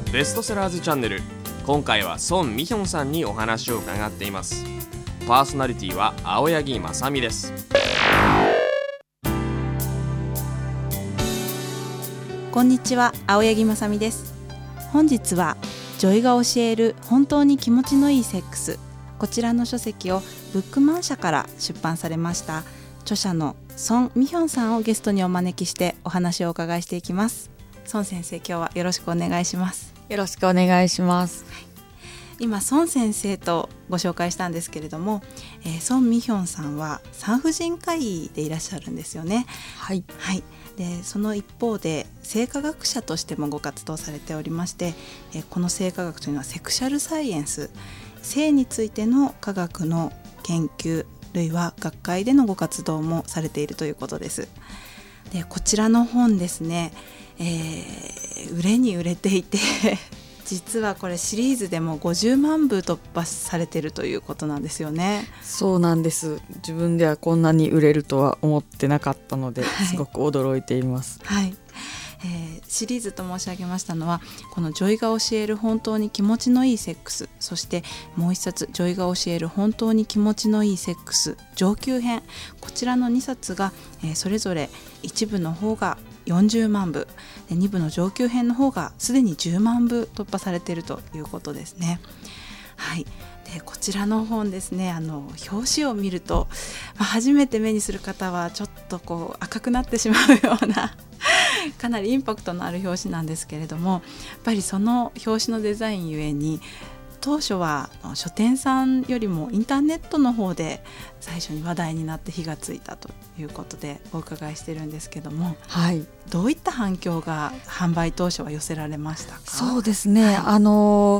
ベストセラーズチャンネル。今回はソン・ミヒョンさんにお話を伺っています。パーソナリティは青柳まさみです。 こんにちは、青柳まさみです。本日はジョイが教える本当に気持ちのいいセックス、こちらの書籍をブックマン社から出版されました著者のソン・ミヒョンさんをゲストにお招きしてお話をお伺いしていきます。ソン先生、今日はよろしくお願いします。 よろしくお願いします。 今ソン先生とご紹介したんですけれども、ソン・ミヒョンさんは産婦人科医でいらっしゃるんですよね。 はい、 はい、でその一方で生化学者としてもご活動されておりまして、この生化学というのはセクシャルサイエンス、性についての科学の研究、あるいは学会でのご活動もされているということです。でこちらの本ですね、売れに売れていて実はこれシリーズでも50万部突破されているということなんですよね。 そうなんです。自分ではこんなに売れるとは思ってなかったので、すごく驚いています。 はい、シリーズと申し上げましたのは、このジョイが教える本当に気持ちのいいセックス、そしてもう一冊ジョイが教える本当に気持ちのいいセックス上級編、こちらの2冊が、それぞれ1部の方が40万部で、2部の上級編の方がすでに10万部突破されているということですね。はい、でこちらの本ですね、表紙を見ると、初めて目にする方はちょっとこう赤くなってしまうようなかなりインパクトのある表紙なんですけれども、やっぱりその表紙のデザインゆえに当初は書店さんよりもインターネットの方で最初に話題になって火がついたということでお伺いしてるんですけども、 はい、 どういった反響が販売当初は寄せられましたか？ そうですね、はい、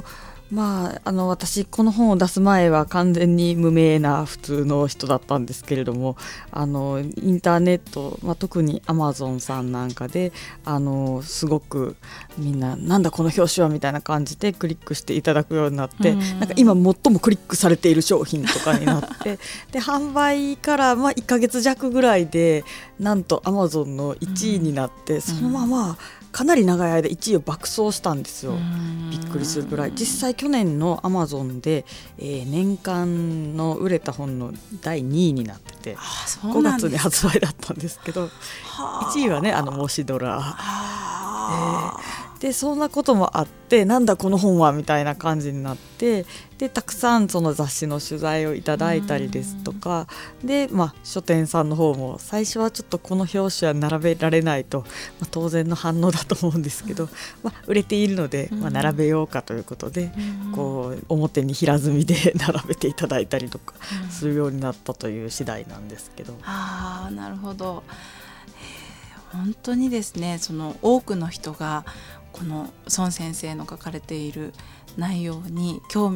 私この本を出す前は完全に無名な普通の人だったんですけれども、インターネット、特にアマゾンさんなんかですごくみんななんだこの表紙はみたいな感じでクリックしていただくようになって、なんか今最もクリックされている商品とかになってで販売から1ヶ月弱ぐらいでなんとアマゾンの1位になって、そのままかなり長い間1位を爆走したんですよ。びっくりするぐらい。実際去年のアマゾンで、年間の売れた本の第2位になってて、5月に発売だったんですけど、1位はねモシドラ、でそんなこともあって、なんだこの本はみたいな感じになって、でたくさんその雑誌の取材をいただいたりですとかで、書店さんの方も最初はちょっとこの表紙は並べられないと、当然の反応だと思うんですけど、売れているので、並べようかということで、こう表に平積みで並べていただいたりとかするようになったという次第なんですけど。 なるほど。本当にですね、その多くの人がこの孫先生の書かれている内容に興味